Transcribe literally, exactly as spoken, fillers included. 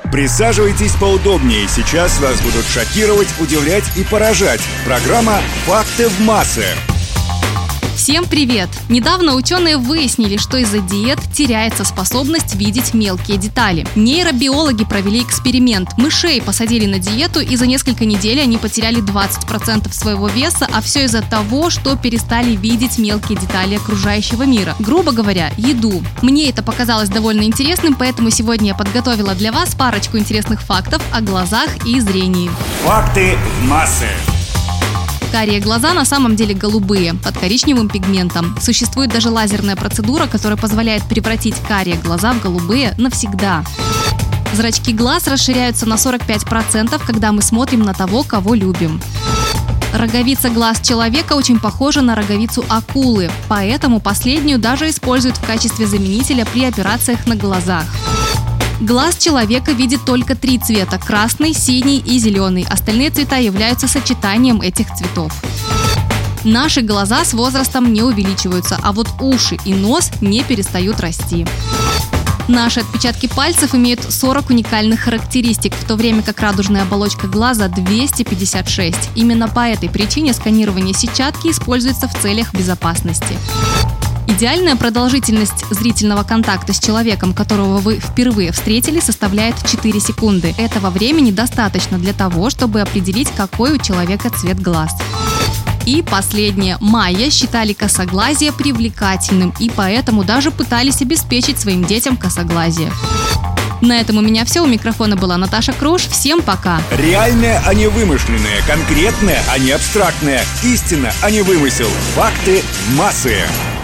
Присаживайтесь поудобнее, сейчас вас будут шокировать, удивлять и поражать. Программа «Факты в массы». Всем привет! Недавно ученые выяснили, что из-за диет теряется способность видеть мелкие детали. Нейробиологи провели эксперимент. Мышей посадили на диету, и за несколько недель они потеряли двадцать процентов своего веса, а все из-за того, что перестали видеть мелкие детали окружающего мира. Грубо говоря, еду. Мне это показалось довольно интересным, поэтому сегодня я подготовила для вас парочку интересных фактов о глазах и зрении. Факты в массы. Карие глаза на самом деле голубые, под коричневым пигментом. Существует даже лазерная процедура, которая позволяет превратить карие глаза в голубые навсегда. Зрачки глаз расширяются на сорок пять процентов, когда мы смотрим на того, кого любим. Роговица глаз человека очень похожа на роговицу акулы, поэтому последнюю даже используют в качестве заменителя при операциях на глазах. Глаз человека видит только три цвета – красный, синий и зеленый. Остальные цвета являются сочетанием этих цветов. Наши глаза с возрастом не увеличиваются, а вот уши и нос не перестают расти. Наши отпечатки пальцев имеют сорок уникальных характеристик, в то время как радужная оболочка глаза – двести пятьдесят шесть. Именно по этой причине сканирование сетчатки используется в целях безопасности. Идеальная продолжительность зрительного контакта с человеком, которого вы впервые встретили, составляет четыре секунды. Этого времени достаточно для того, чтобы определить, какой у человека цвет глаз. И последнее. Майя считали косоглазие привлекательным и поэтому даже пытались обеспечить своим детям косоглазие. На этом у меня все. У микрофона была Наташа Круш. Всем пока! Реальное, а не вымышленное. Конкретное, а не абстрактное. Истина, а не вымысел. Факты в массы.